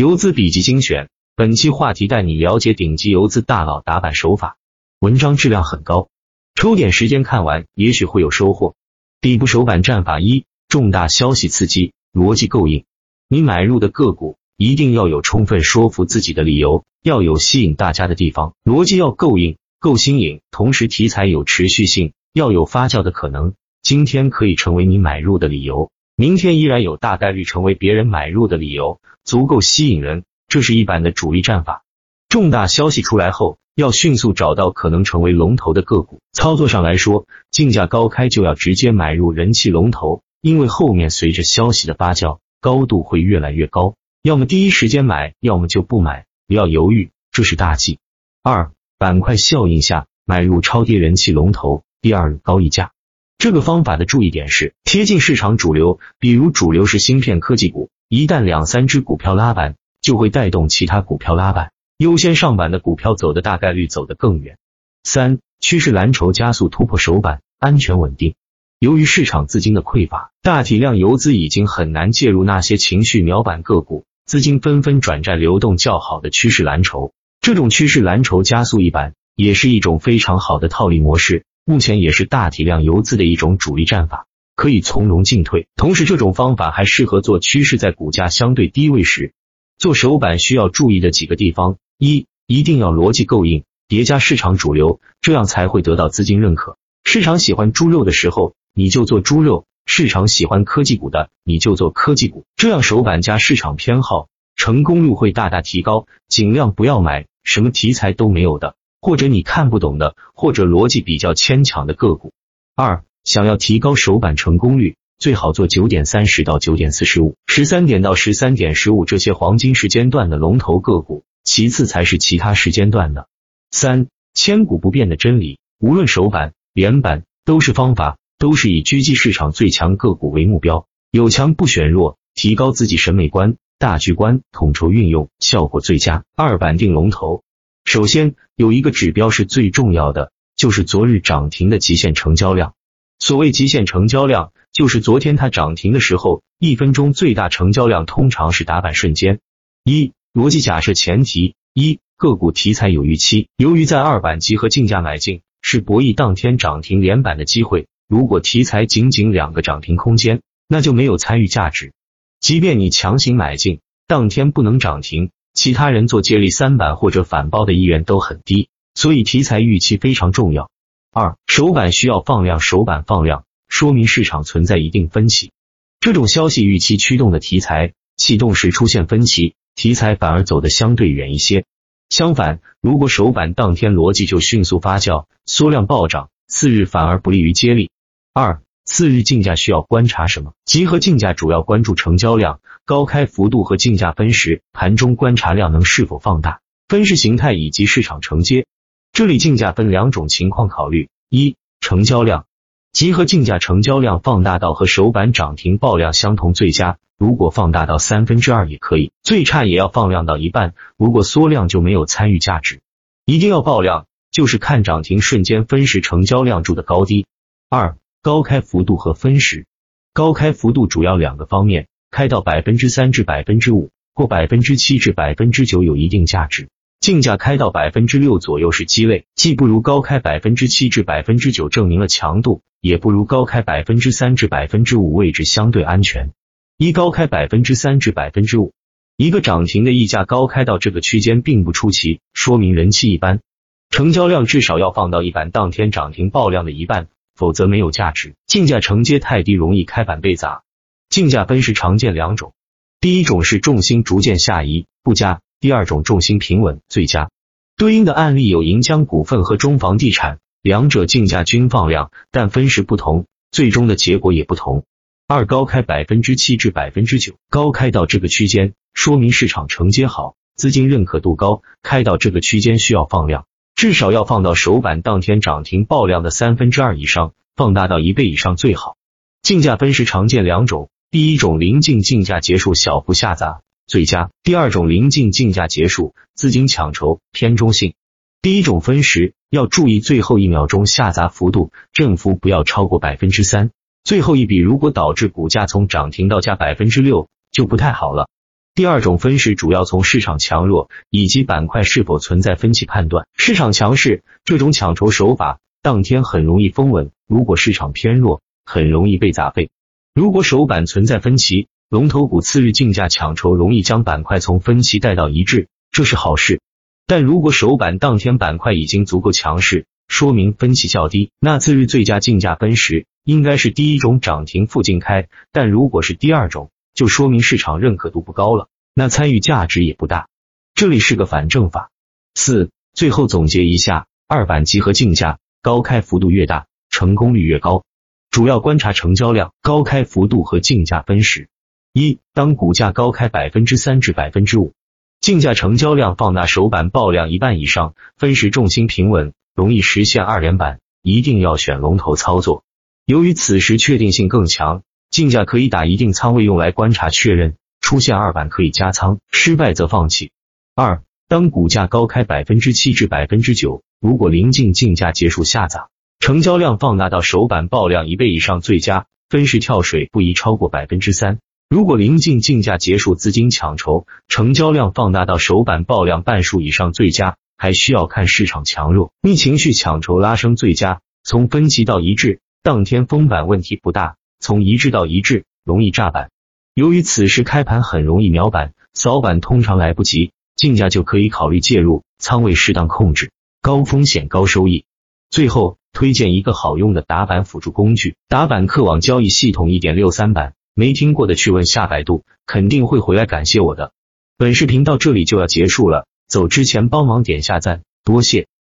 游资笔记精选，本期话题带你了解顶级游资大佬打板手法，文章质量很高，抽点时间看完，也许会有收获。底部手板战法一：重大消息刺激，逻辑够硬。你买入的个股一定要有充分说服自己的理由，要有吸引大家的地方，逻辑要够硬，够新颖，同时题材有持续性，要有发酵的可能。今天可以成为你买入的理由，明天依然有大概率成为别人买入的理由，足够吸引人，这是一版的主力战法。重大消息出来后，要迅速找到可能成为龙头的个股。操作上来说，竞价高开就要直接买入人气龙头，因为后面随着消息的发酵，高度会越来越高，要么第一时间买，要么就不买，不要犹豫，这是大忌。二、板块效应下买入超跌人气龙头，第二高溢价。这个方法的注意点是贴近市场主流，比如主流是芯片科技股，一旦两三只股票拉板，就会带动其他股票拉板，优先上板的股票走的大概率走得更远。三、趋势蓝筹加速突破首板，安全稳定。由于市场资金的匮乏，大体量游资已经很难介入那些情绪秒板个股，资金纷纷转战流动较好的趋势蓝筹。这种趋势蓝筹加速一板，也是一种非常好的套利模式，目前也是大体量游资的一种主力战法，可以从容进退。同时这种方法还适合做趋势在股价相对低位时。做首板需要注意的几个地方：一、一定要逻辑够硬，叠加市场主流，这样才会得到资金认可。市场喜欢猪肉的时候，你就做猪肉；市场喜欢科技股的，你就做科技股。这样首板加市场偏好，成功率会大大提高。尽量不要买什么题材都没有的，或者你看不懂的，或者逻辑比较牵强的个股。二、想要提高首板成功率，最好做9点30到9点45、13点到13点15这些黄金时间段的龙头个股，其次才是其他时间段的。三、千古不变的真理，无论首板、连板都是方法，都是以狙击市场最强个股为目标，有强不选弱，提高自己审美观、大局观，统筹运用，效果最佳。二、板定龙头。首先有一个指标是最重要的，就是昨日涨停的极限成交量。所谓极限成交量，就是昨天它涨停的时候，1分钟最大成交量通常是打板瞬间。一、逻辑假设前提：一、个股题材有预期，由于在二板集合竞价买进，是博弈当天涨停连板的机会，如果题材仅2个涨停空间，那就没有参与价值。即便你强行买进，当天不能涨停，其他人做接力三板或者反包的意愿都很低，所以题材预期非常重要。二、首板需要放量，首板放量说明市场存在一定分歧，这种消息预期驱动的题材启动时出现分歧，题材反而走得相对远一些。相反，如果首板当天逻辑就迅速发酵，缩量暴涨，次日反而不利于接力。二、次日竞价需要观察什么？集合竞价主要关注成交量、高开幅度和竞价分时，盘中观察量能是否放大、分时形态以及市场承接。这里竞价分两种情况考虑：一、成交量，集合竞价成交量放大到和首板涨停爆量相同最佳，如果放大到2/3也可以，最差也要放量到一半，如果缩量就没有参与价值。一定要爆量，就是看涨停瞬间分时成交量柱的高低。二、高开幅度和分时。高开幅度主要2个方面，开到3%至5%或7%至9%有一定价值，竞价开到6%左右是鸡肋，既不如高开7%至9%证明了强度，也不如高开3%至5%位置相对安全。一高开3%至5%，一个涨停的溢价高开到这个区间并不出奇，说明人气一般，成交量至少要放到一板当天涨停爆量的一半，否则没有价值。竞价承接太低，容易开板被砸。竞价分时常见2种，第一种是重心逐渐下移，不佳；第二种重心平稳，最佳。对应的案例有银江股份和中房地产，两者竞价均放量，但分时不同，最终的结果也不同。二、高开7%至9%，高开到这个区间，说明市场承接好，资金认可度高，开到这个区间需要放量，至少要放到首板当天涨停爆量的2/3以上，放大到1倍以上最好。竞价分时常见2种，第一种临近竞价结束小幅下砸，最佳；第二种临近竞价结束，资金抢筹，偏中性。第一种分时要注意最后1秒钟下砸幅度，振幅不要超过3%，最后一笔如果导致股价从涨停到价6%，就不太好了。 第二种分时主要从市场强弱以及板块是否存在分歧判断。市场强势，这种抢筹手法当天很容易封稳；如果市场偏弱，很容易被砸废。如果手板存在分歧，龙头股次日竞价抢筹容易将板块从分歧带到一致，这是好事。但如果手板当天板块已经足够强势，说明分歧较低，那次日最佳竞价分时应该是第一种涨停附近开，但如果是第二种，就说明市场认可度不高了，那参与价值也不大。这里是个反证法。4. 最后总结一下，二板集合竞价，高开幅度越大，成功率越高。主要观察成交量、高开幅度和竞价分时。1. 当股价高开 3% 至 5%， 竞价成交量放大，手板爆量一半以上，分时重心平稳，容易实现2连板，一定要选龙头操作。由于此时确定性更强，竞价可以打一定仓位用来观察确认，出现二板可以加仓，失败则放弃。2. 当股价高开 7% 至 9%， 如果临近竞价结束下砸，成交量放大到手板爆量1倍以上最佳，分时跳水不宜超过 3%。如果临近竞价结束资金抢筹，成交量放大到手板爆量半数以上最佳，还需要看市场强弱，逆情绪抢筹拉升最佳。从分歧到一致，当天封板问题不大，从一致到一致容易炸板。由于此时开盘很容易秒板，扫板通常来不及，竞价就可以考虑介入，仓位适当控制，高风险高收益。最后推荐一个好用的打板辅助工具，打板客网交易系统 1.63 版，没听过的去问下百度，肯定会回来感谢我的。本视频到这里就要结束了，走之前帮忙点下赞，多谢。